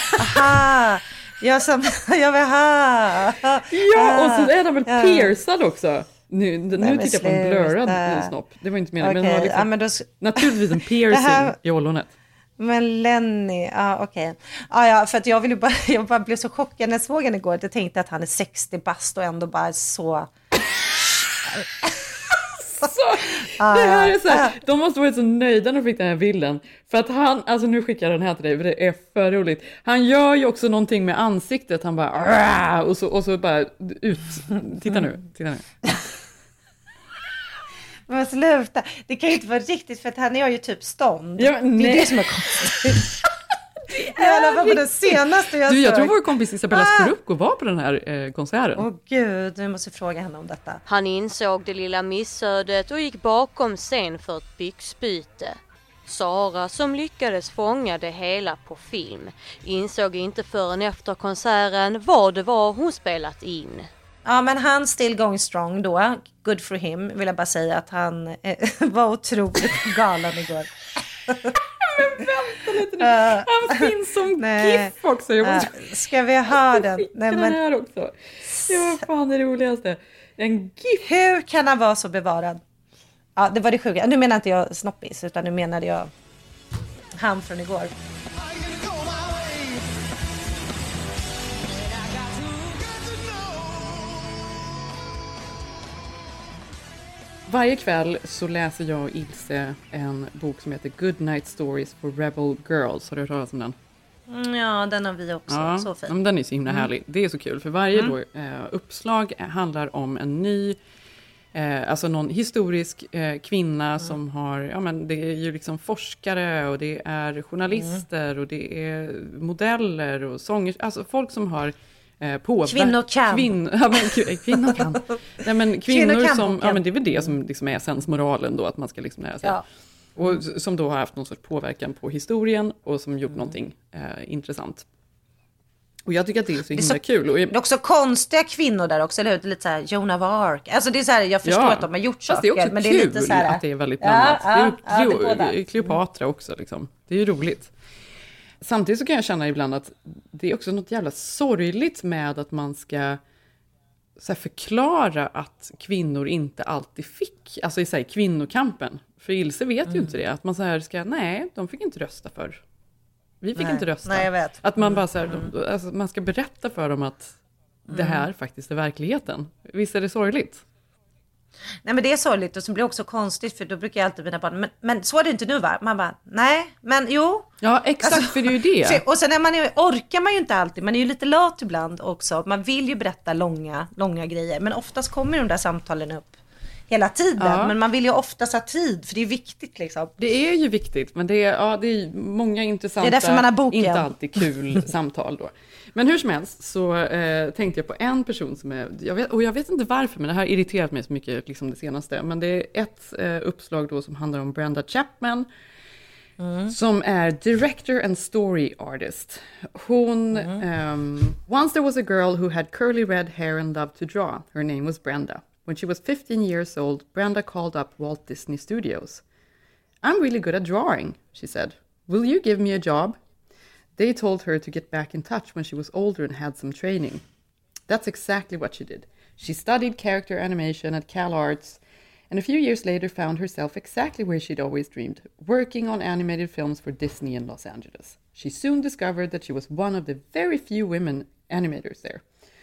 Aha. Ja, och så är de väl piercad också. Nu tittar jag på en blurrad snopp. Det var inte meningen. Men det var liksom, naturligtvis en piercing i ollonet. Men Lenny, okej. För att jag bara blev så chockad när jag såg henne igår. Jag tänkte att han är 60 bast och ändå bara så... det här är så här, de måste varit så nöjda när de fick den här bilden. För att han, alltså nu skickar jag den här till dig för det är för roligt. Han gör ju också någonting med ansiktet. Han bara, och så bara ut. Titta nu. Men sluta, det kan ju inte vara riktigt för att han är ju typ stånd. Ja, det är det som är konstigt. Det är alla på det senaste jag såg. Jag tror vår kompis Isabella Skorupko var på den här konserten. Åh gud, nu måste fråga henne om detta. Han insåg det lilla missödet och gick bakom scen för ett byxbyte. Sara, som lyckades fånga det hela på film, insåg inte förrän efter konserten vad det var hon spelat in. Ja, men han still going strong då. Good for him, vill jag bara säga att han var otroligt galan igår. Men vänta lite nu. Han finns som GIF också. Ska vi ha den? Nej, men här också. Det var fan det roligaste. En GIF. Hur kan han vara så bevarad? Ja, det var det sjuka. Nu menar inte jag snoppis, utan nu menade jag han från igår. Varje kväll så läser jag och Ilse en bok som heter Good Night Stories for Rebel Girls. Har du hört talas om den? Ja, den har vi också. Ja, så fin. Men den är så himla härlig. Det är så kul. För varje uppslag handlar om en ny, alltså någon historisk kvinna som har, det är ju liksom forskare och det är journalister och det är modeller och sånger, alltså folk som har kvinnor kan. Kvinnor kan. Nej, men kvinnor som, men det är väl det som liksom är sensmoralen då, att man ska liksom lära sig. Ja. Och som då har haft någon sorts påverkan på historien och som gjort någonting intressant. Och jag tycker att det är så himla kul. Och det är också konstiga kvinnor där också, eller hur? Det är lite så här Joan of Arc. Alltså det är så här, jag förstår att de har gjort saker. Det är också men kul det är lite så här, att det är väldigt blandat. Det är Kleopatra Mm. också liksom. Det är ju roligt. Samtidigt så kan jag känna ibland att det är också något jävla sorgligt med att man ska så här förklara att kvinnor inte alltid fick, alltså i så här, kvinnokampen. För Ilse vet ju inte det, att man så här ska, nej, de fick inte rösta för. Vi fick inte rösta. Nej, jag vet. Att man bara så här, alltså, man ska berätta för dem att det här faktiskt är verkligheten. Visst är det sorgligt? Nej, men det är sorgligt och så blir det också konstigt, för då brukar jag alltid mina barn, men så är det inte nu, va? Man bara, nej, men jo. Ja, exakt, alltså, för det är ju det. Och sen orkar man ju inte alltid, man är ju lite lat ibland också. Man vill ju berätta långa grejer, men oftast kommer ju de där samtalen upp hela tiden. Men man vill ju oftast ha tid, för det är viktigt liksom. Det är ju viktigt, men det är många intressanta, det är därför man har boken. Inte alltid kul samtal då. Men hur som helst så tänkte jag på en person som är, jag vet inte varför, men det här har irriterat mig så mycket liksom det senaste. Men det är ett uppslag då som handlar om Brenda Chapman, som är director and story artist. Hon, once there was a girl who had curly red hair and loved to draw. Her name was Brenda. When she was 15 years old, Brenda called up Walt Disney Studios. I'm really good at drawing, she said. Will you give me a job? They told her to get back in touch when she was older and had some training. That's exactly what she did. She studied character animation at CalArts, and a few years later found herself exactly where she'd always dreamed, working on animated films for Disney in Los Angeles. She soon discovered that she was one of the very few women animators there.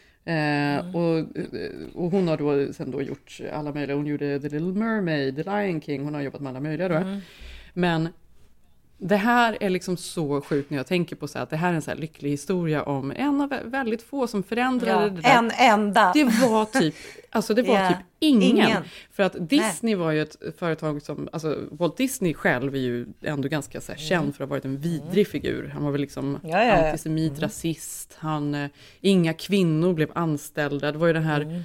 Och hon har då sen då gjort alla möjliga, hon gjorde The Little Mermaid, The Lion King, hon har jobbat med alla möjliga då. Men det här är liksom så sjukt när jag tänker på så att det här är en så här lycklig historia om en av väldigt få som förändrade det där. En enda. Det var typ, alltså det var typ ingen. För att Disney var ju ett företag som, alltså Walt Disney själv är ju ändå ganska så här känd för att ha varit en vidrig figur. Han var väl liksom antisemit, rasist. Inga kvinnor blev anställda. Det var ju det här...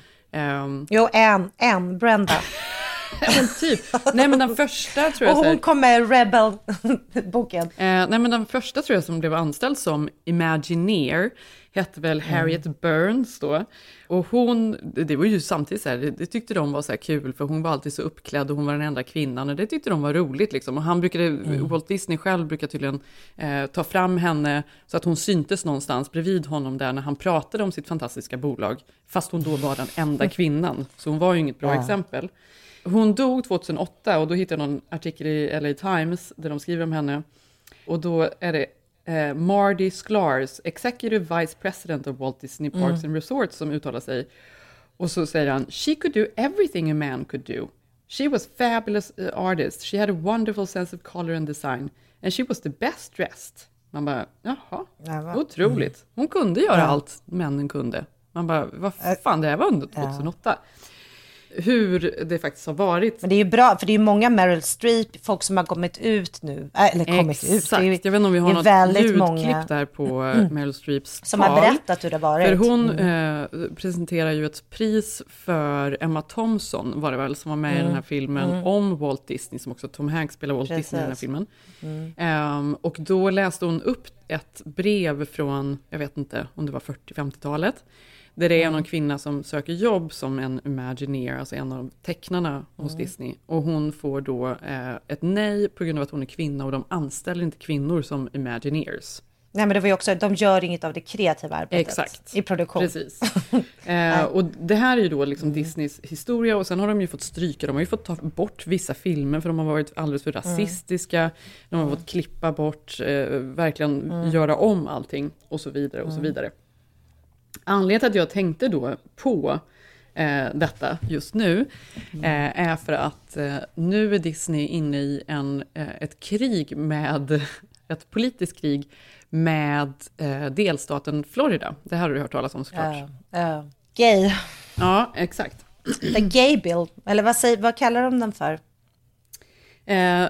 Brenda. Typ. Nej, men den första tror jag... Och hon kom med Rebel-boken. Nej, men den första tror jag som blev anställd som Imagineer hette väl Harriet Burns då. Och hon, det var ju samtidigt så här, det tyckte de var så här kul, för hon var alltid så uppklädd och hon var den enda kvinnan, och det tyckte de var roligt liksom. Och han brukade, Walt Disney själv brukar tydligen ta fram henne så att hon syntes någonstans bredvid honom där när han pratade om sitt fantastiska bolag, fast hon då var den enda kvinnan. Så hon var ju inget bra exempel. Hon dog 2008 och då hittade jag någon artikel i LA Times där de skriver om henne. Och då är det Marty Sklar, Executive Vice President of Walt Disney Parks and Resorts, som uttalar sig. Och så säger han, she could do everything a man could do. She was fabulous artist. She had a wonderful sense of color and design. And she was the best dressed. Man bara, jaha, otroligt. Hon kunde göra allt männen kunde. Man bara, vad fan, det här var under 2008. Hur det faktiskt har varit. Men det är ju bra, för det är ju många Meryl Streep, folk som har kommit ut nu. Eller kommit ut. Exakt, jag vet inte om vi har något ljudklipp där på Meryl Streeps som har berättat hur det varit. För hon presenterar ju ett pris för Emma Thompson, var det väl, som var med i den här filmen om Walt Disney, som också Tom Hanks spelar Walt Disney i den här filmen. Och då läste hon upp ett brev från, jag vet inte om det var 40-50-talet, där det är någon kvinna som söker jobb som en Imagineer, alltså en av tecknarna hos Disney. Och hon får då ett nej på grund av att hon är kvinna, och de anställer inte kvinnor som Imagineers. Nej, men det var ju också, de gör inget av det kreativa arbetet i produktion. Precis. Och det här är ju då liksom Disneys historia, och sen har de ju fått stryka, de har ju fått ta bort vissa filmer för de har varit alldeles för rasistiska, de har fått klippa bort, verkligen göra om allting och så vidare och så vidare. Anledningen till att jag tänkte då på detta just nu är för att nu är Disney inne i ett krig med, ett politiskt krig med delstaten Florida. Det här har du hört talas om såklart. Gay. Ja, exakt. The gay bill, eller vad kallar de den för?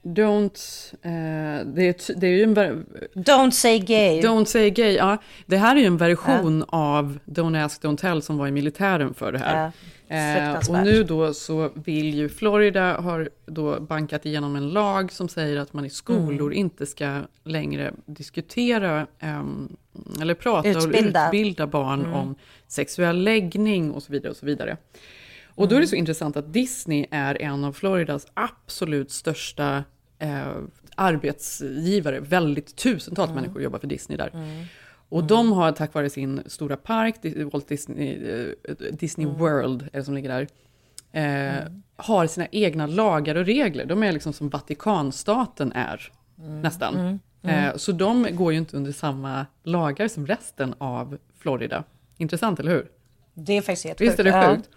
det är ju en Don't say gay. Don't say gay, ja. Det här är ju en version av Don't ask, don't tell som var i militären för det här. Och nu då så vill ju Florida har då bankat igenom en lag som säger att man i skolor inte ska längre diskutera eller prata och utbilda barn om sexuell läggning och så vidare och så vidare. Och då är det så intressant att Disney är en av Floridas absolut största arbetsgivare. Väldigt tusentals människor jobbar för Disney där. Och de har tack vare sin stora park, Walt Disney World är det som ligger där, har sina egna lagar och regler. De är liksom som Vatikanstaten är nästan. Så de går ju inte under samma lagar som resten av Florida. Intressant, eller hur? Det är faktiskt helt sjukt. Visst är det sjukt?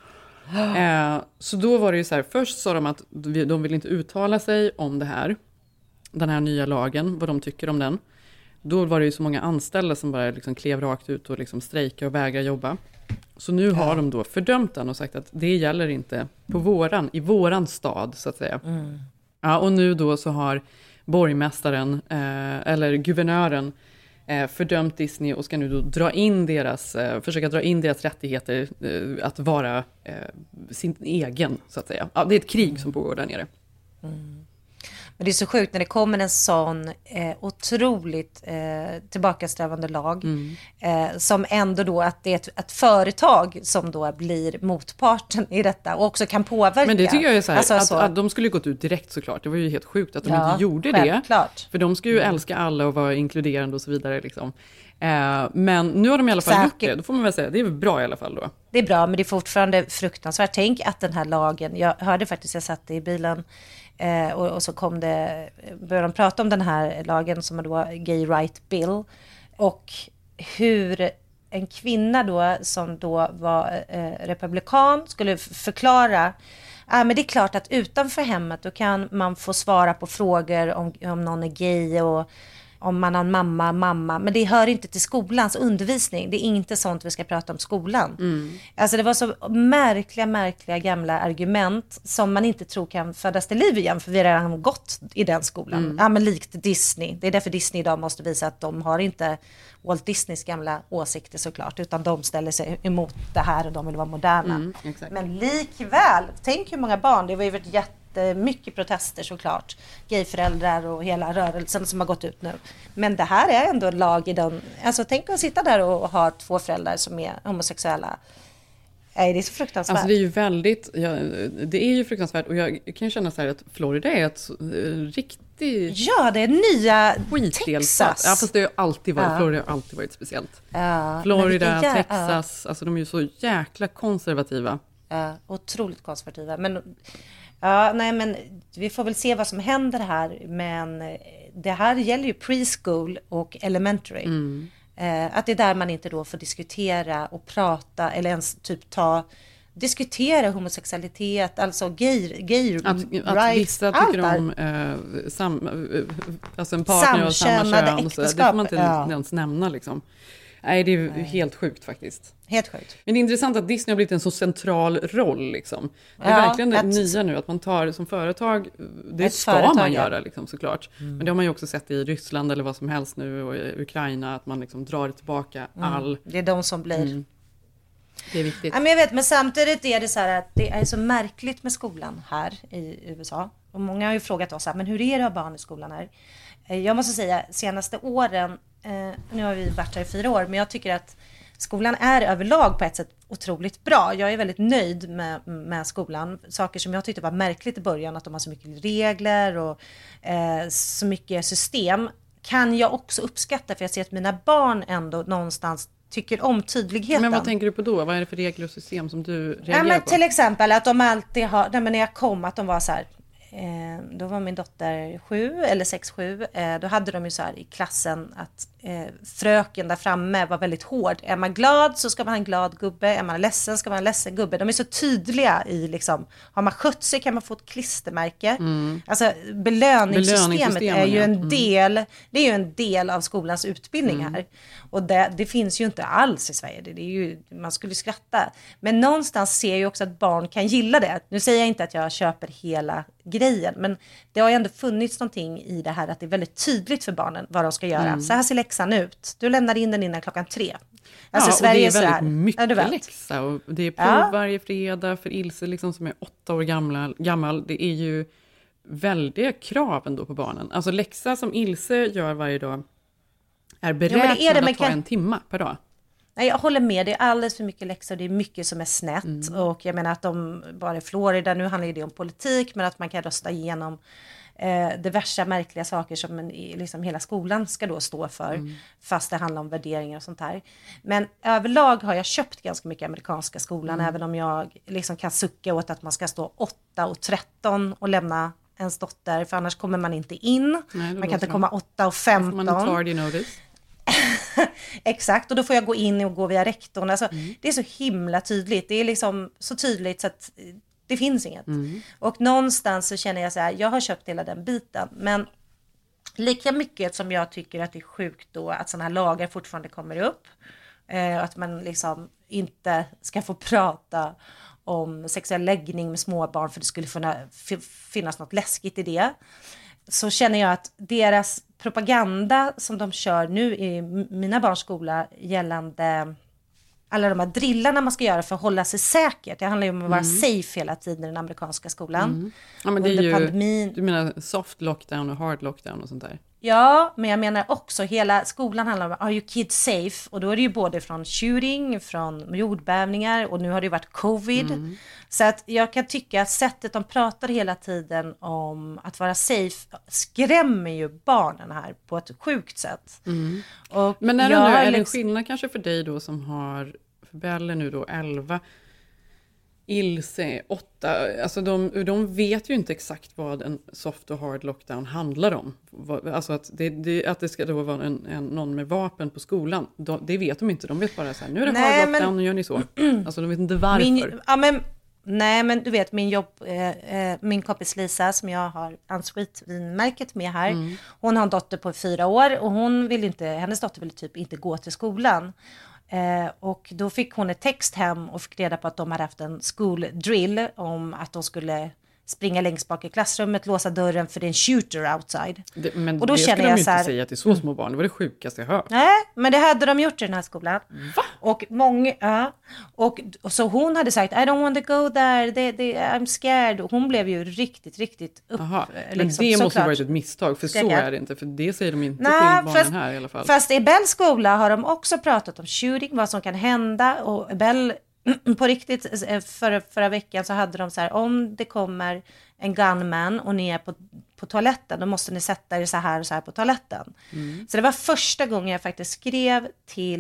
Så då var det ju så här, först sa de att de vill inte uttala sig om det här, den här nya lagen, vad de tycker om den. Då var det ju så många anställda som bara liksom klev rakt ut och liksom strejka och vägra jobba. Så nu har de då fördömt den och sagt att det gäller inte i våran stad så att säga. Ja, och nu då så har borgmästaren eller guvernören fördömt Disney och ska nu då försöka dra in deras rättigheter att vara sin egen så att säga. Ja, det är ett krig som pågår där nere. Men det är så sjukt när det kommer en sån otroligt tillbakasträvande lag som ändå då att det är ett företag som då blir motparten i detta och också kan påverka. Men det tycker jag är så här, att de skulle gått ut direkt såklart. Det var ju helt sjukt att de inte gjorde självklart. Det. För de ska ju älska alla och vara inkluderande och så vidare liksom. Men nu har de i alla fall gjort det. Då får man väl säga, det är bra i alla fall då. Det är bra, men det är fortfarande fruktansvärt. Tänk att den här lagen, jag hörde faktiskt, jag satt i bilen och så började de prata om den här lagen som då Gay Right Bill och hur en kvinna då som då var republikan skulle förklara men det är klart att utanför hemmet då kan man få svara på frågor om någon är gay och om man har en mamma, men det hör inte till skolans undervisning. Det är inte sånt vi ska prata om skolan. Alltså det var så märkliga gamla argument som man inte tror kan födas till liv igen, för vi har redan gått i den skolan. Ja, men likt Disney. Det är därför Disney idag måste visa att de har inte Walt Disneys gamla åsikter såklart, utan de ställer sig emot det här och de vill vara moderna. Men likväl, tänk hur många barn, det var ju mycket protester såklart, gayföräldrar och hela rörelsen som har gått ut nu. Men det här är ändå en lag i den, alltså tänk att sitta där och ha 2 föräldrar som är homosexuella. Nej, det är så fruktansvärt. Alltså det är ju det är ju fruktansvärt och jag kan känna så här att Florida är ett riktigt det är nya Texas. Ja, fast det har alltid varit, Florida har alltid varit speciellt. Florida, Texas, alltså de är ju så jäkla konservativa. Otroligt konservativa. Men men vi får väl se vad som händer här. Men det här gäller ju preschool och elementary. Att det är där man inte då får diskutera och prata eller ens typ diskutera homosexualitet, alltså gay att vissa tycker om alltså en partner av samma kön och så, det får man inte ens nämna liksom. Nej, det är helt sjukt faktiskt. Helt sjukt. Men det är intressant att Disney har blivit en så central roll liksom. Det är verkligen det nya nu att man tar som företag, det ska man göra liksom, såklart. Men det har man ju också sett i Ryssland eller vad som helst nu och i Ukraina att man liksom drar tillbaka all. Det är de som blir. Det är viktigt. Ja, men jag vet, men samtidigt är det så här att det är så märkligt med skolan här i USA. Och många har ju frågat oss här, men hur är det att ha barn i skolan här? Jag måste säga, senaste åren, nu har vi varit här i 4 år, men jag tycker att skolan är överlag på ett sätt otroligt bra. Jag är väldigt nöjd med skolan. Saker som jag tyckte var märkligt i början, att de har så mycket regler och så mycket system, kan jag också uppskatta, för jag ser att mina barn ändå någonstans tycker om tydligheten. Men vad tänker du på då? Vad är det för regler och system som du reagerar på? Till exempel att de alltid har, när jag kom, att de var så här, då var min dotter 7 eller 6-7, då hade de ju så här i klassen att fröken där framme var väldigt hård. Är man glad så ska man ha en glad gubbe, är man ledsen ska man ha en ledsen gubbe. De är så tydliga i liksom, har man skött sig kan man få ett klistermärke. Alltså belöningssystemet är ju en del, det är ju en del av skolans utbildning här. Och det finns ju inte alls i Sverige. Det är ju, man skulle skratta. Men någonstans ser jag ju också att barn kan gilla det. Nu säger jag inte att jag köper hela grejen. Men det har ju ändå funnits någonting i det här att det är väldigt tydligt för barnen vad de ska göra. Så här ser läxan ut. Du lämnar in den innan 3:00. Alltså Sverige och det är väldigt mycket läxa. Och det är prov varje fredag för Ilse liksom, som är 8 år gammal. Det är ju väldiga krav ändå på barnen. Alltså läxa som Ilse gör varje dag är beräknad att ta 1 timme per dag. Nej, jag håller med. Det är alldeles för mycket läxor. Det är mycket som är snett. Och jag menar att de bara i Florida, nu handlar det om politik, men att man kan rösta igenom diverse märkliga saker som liksom hela skolan ska då stå för. Fast det handlar om värderingar och sånt här. Men överlag har jag köpt ganska mycket amerikanska skolan. Även om jag liksom kan sucka åt att man ska stå 8:13 och lämna ens dotter. För annars kommer man inte in. Nej, man kan inte komma 8:15. Man är tardy notice. Exakt, och då får jag gå in och gå via rektorn. Alltså, det är så himla tydligt. Det är liksom så tydligt så att det finns inget. Och någonstans så känner jag så här, jag har köpt hela den biten. Men lika mycket som jag tycker att det är sjukt då att sådana här lagar fortfarande kommer upp. Att man liksom inte ska få prata om sexuell läggning med småbarn för det skulle finnas något läskigt i det. Så känner jag att deras propaganda som de kör nu i mina barns skola gällande alla de här drillarna man ska göra för att hålla sig säkert. Det handlar ju om att vara safe hela tiden i den amerikanska skolan. Ja, men det är ju, pandemin. Du menar soft lockdown och hard lockdown och sånt där? Ja, men jag menar också hela skolan handlar om are you kids safe? Och då är det ju både från shooting, från jordbävningar och nu har det ju varit covid. Så att jag kan tycka att sättet de pratar hela tiden om att vara safe skrämmer ju barnen här på ett sjukt sätt. Och men är det en skillnad kanske för dig då som har, för Belle nu då 11, Ilse 8, alltså de vet ju inte exakt vad en soft och hard lockdown handlar om. Alltså att det ska då vara någon med vapen på skolan. Det vet de inte, de vet bara så här, nu är det hard lockdown, nu gör ni så. Alltså de vet inte varför. Nej, men du vet min kompis Lisa som jag har Unsweet vinmärket med här. Hon har en dotter på 4 år och hennes dotter ville typ inte gå till skolan. Och då fick hon ett text hem och fick reda på att de hade haft en school drill om att de skulle springa längst bak i klassrummet, låsa dörren för det är en shooter outside. Men och då det skulle de inte säga till så små barn, det var det sjukaste jag hört. Nej, men det hade de gjort i den här skolan. Va? Och och så hon hade sagt I don't want to go there, I'm scared. Och hon blev ju riktigt men det måste varit ett misstag, för så är det inte, för det säger de inte till barnen här i alla fall. Fast i Bells skola har de också pratat om shooting, vad som kan hända, och Bell på riktigt, förra veckan så hade de så här, om det kommer en gunman och ni är på toaletten, då måste ni sätta er så här på toaletten. Så det var första gången jag faktiskt skrev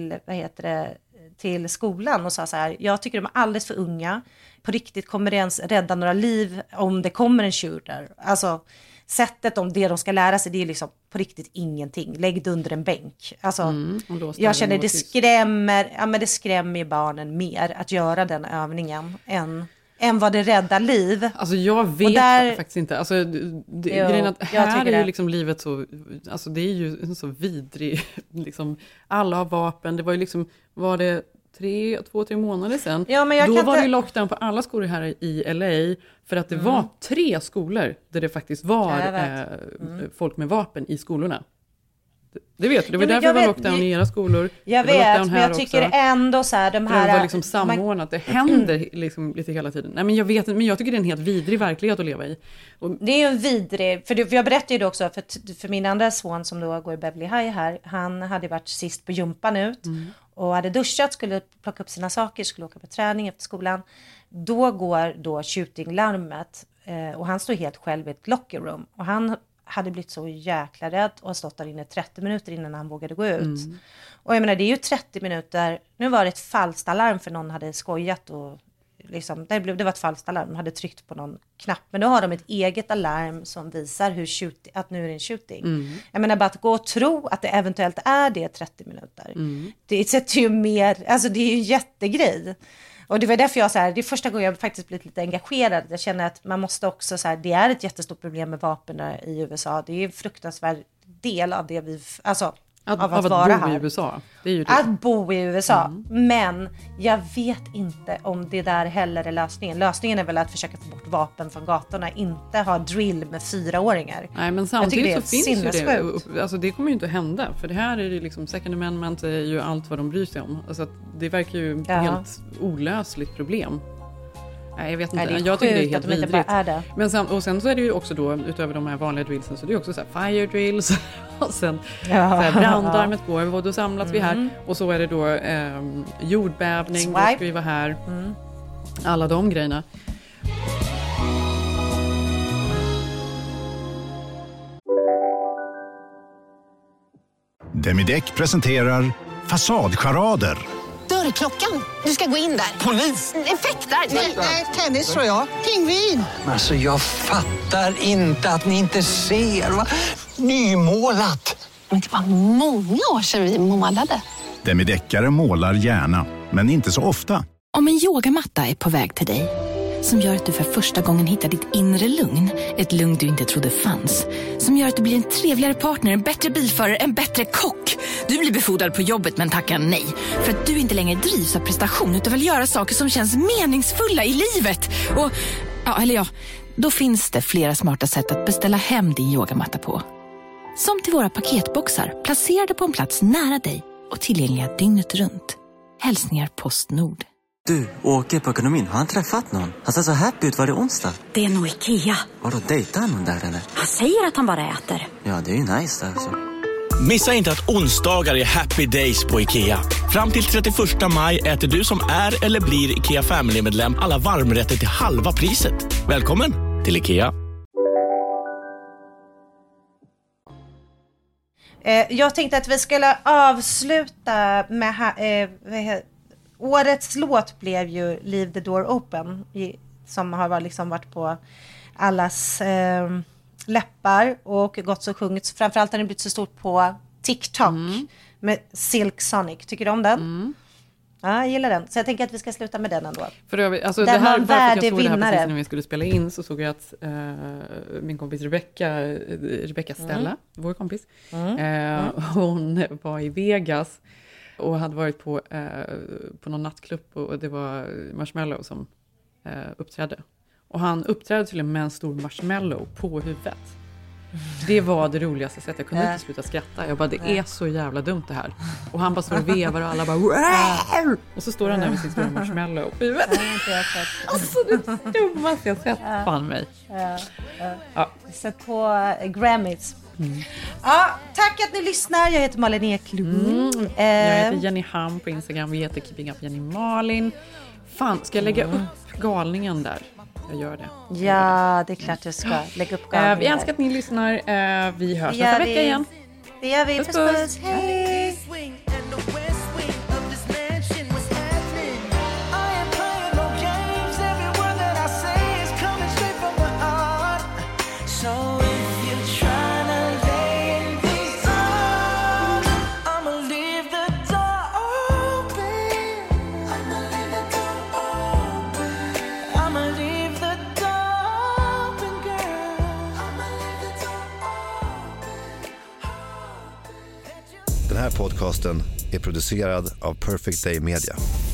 till skolan och sa så här, jag tycker de är alldeles för unga. På riktigt, kommer det ens rädda några liv om det kommer en shooter? Alltså sättet om det de ska lära sig, det är liksom på riktigt ingenting. Lägg det under en bänk. Alltså, jag känner det skrämmer barnen mer att göra den övningen än vad det räddar liv. Alltså jag vet faktiskt inte. Alltså, grejen att här är ju liksom livet så, alltså det är ju så vidrig, liksom, alla har vapen. Det var ju liksom, var det 2-3 månader sedan. Ja, men då var det lockdown på alla skolor här i LA för att det var 3 skolor där det faktiskt var folk med vapen i skolorna. Det vet du, det var därför det var lockdown i era skolor. Jag vet, men jag tycker också ändå så här, de här... Det var liksom samordnat, det händer liksom lite hela tiden. Nej, men jag vet, men jag tycker det är en helt vidrig verklighet att leva i. Det är ju en vidrig, för jag berättade ju det också, för min andra son som då går i Beverly High här, han hade varit sist på jumpan ut och hade duschat, skulle plocka upp sina saker, skulle åka på träning efter skolan. Då går då shooting-larmet och han står helt själv i ett locker room och han hade blivit så jäkla rädd och har stått där inne 30 minuter innan han vågade gå ut. Och jag menar, det är ju 30 minuter. Nu var det ett falskt alarm för någon hade skojat och liksom, det var ett falskt alarm. De hade tryckt på någon knapp. Men då har de ett eget alarm som visar att nu är det en shooting. Jag menar, bara att gå och tro att det eventuellt är det 30 minuter. Det sätter ju mer, alltså det är ju en jättegrej. Och det var därför jag så här, det är första gången jag faktiskt blivit lite engagerad. Jag känner att man måste också så här, det är ett jättestort problem med vapen i USA. Det är en fruktansvärd del av det av att bo vara i här. USA. Det är ju det. Att bo i USA. Men jag vet inte om det där heller är lösningen. Lösningen är väl att försöka få bort vapen från gatorna. Inte ha drill med 4-åringar. Nej, men samtidigt så finns ju det. Alltså det kommer ju inte att hända. För det här är ju liksom, Second Amendment är ju allt vad de bryr sig om. Alltså att det verkar ju helt olösligt problem. Nej, jag vet inte. Nej, jag tycker det är helt vidrigt. Det. Men sen så är det ju också då, utöver de här vanliga drillsen, så det är också så här fire drills och sen så här brandarmet går och då samlas vi här. Och så är det då jordbävning, då ska vi vara här. Alla de grejerna. Demideck presenterar Fasadcharader. Dörrklockan. Du ska gå in där. Polis? Effektar? Nej, tennis tror jag. Pingvin. Alltså jag fattar inte att ni inte ser. Va? Nymålat. Men det var många år sedan vi målade. Demideckare målar gärna, men inte så ofta. Om en yogamatta är på väg till dig, som gör att du för första gången hittar ditt inre lugn, ett lugn du inte trodde fanns, som gör att du blir en trevligare partner, en bättre bilförare, en bättre kock. Du blir befordrad på jobbet men tackar nej, för att du inte längre drivs av prestation utan vill göra saker som känns meningsfulla i livet. Och, då finns det flera smarta sätt att beställa hem din yogamatta på. Som till våra paketboxar, placerade på en plats nära dig och tillgängliga dygnet runt. Hälsningar Postnord. Du, åker på ekonomin. Har han träffat någon? Han ser så happy ut. Var det onsdag? Det är nog Ikea. Har du dejtat någon där eller? Han säger att han bara äter. Ja, det är ju nice där alltså. Missa inte att onsdagar är happy days på Ikea. Fram till 31 maj äter du som är eller blir Ikea Family-medlem alla varmrätter till halva priset. Välkommen till Ikea. Jag tänkte att vi skulle avsluta med... årets låt blev ju Leave the Door Open, som har liksom varit på allas läppar och gått så sjungits. Framförallt har den blivit så stort på TikTok med Silk Sonic. Tycker du om den? Ja, jag gillar den. Så jag tänker att vi ska sluta med den ändå. För övrigt, alltså den det här, var värdig vinnare. vinnare. Precis när vi skulle spela in så såg jag att min kompis Rebecca Stella, vår kompis, hon var i Vegas och hade varit på någon nattklubb och det var Marshmello som uppträdde. Och han uppträdde till med en stor marshmallow på huvudet. Det var det roligaste sättet. Jag kunde inte sluta skratta. Jag bara, det är så jävla dumt det här. Och han bara står och vevar och alla bara... Och så står han där med sin stora marshmallow på huvudet. Alltså det dummaste jag sett. Fan mig. Ja. Sätt på Grammys. Ja, tack att ni lyssnar. Jag heter Malin Eklund. Jag heter Jenny Ham på Instagram. Vi heter Keeping Up Jenny Malin. Fan, ska jag lägga upp galningen där? Jag gör det. Ja, det är klart jag ska lägga upp galningen. Vi älskar att ni lyssnar. Vi hörs nästa vecka igen. Det gör vi. Puss. Hej! Den här podcasten är producerad av Perfect Day Media.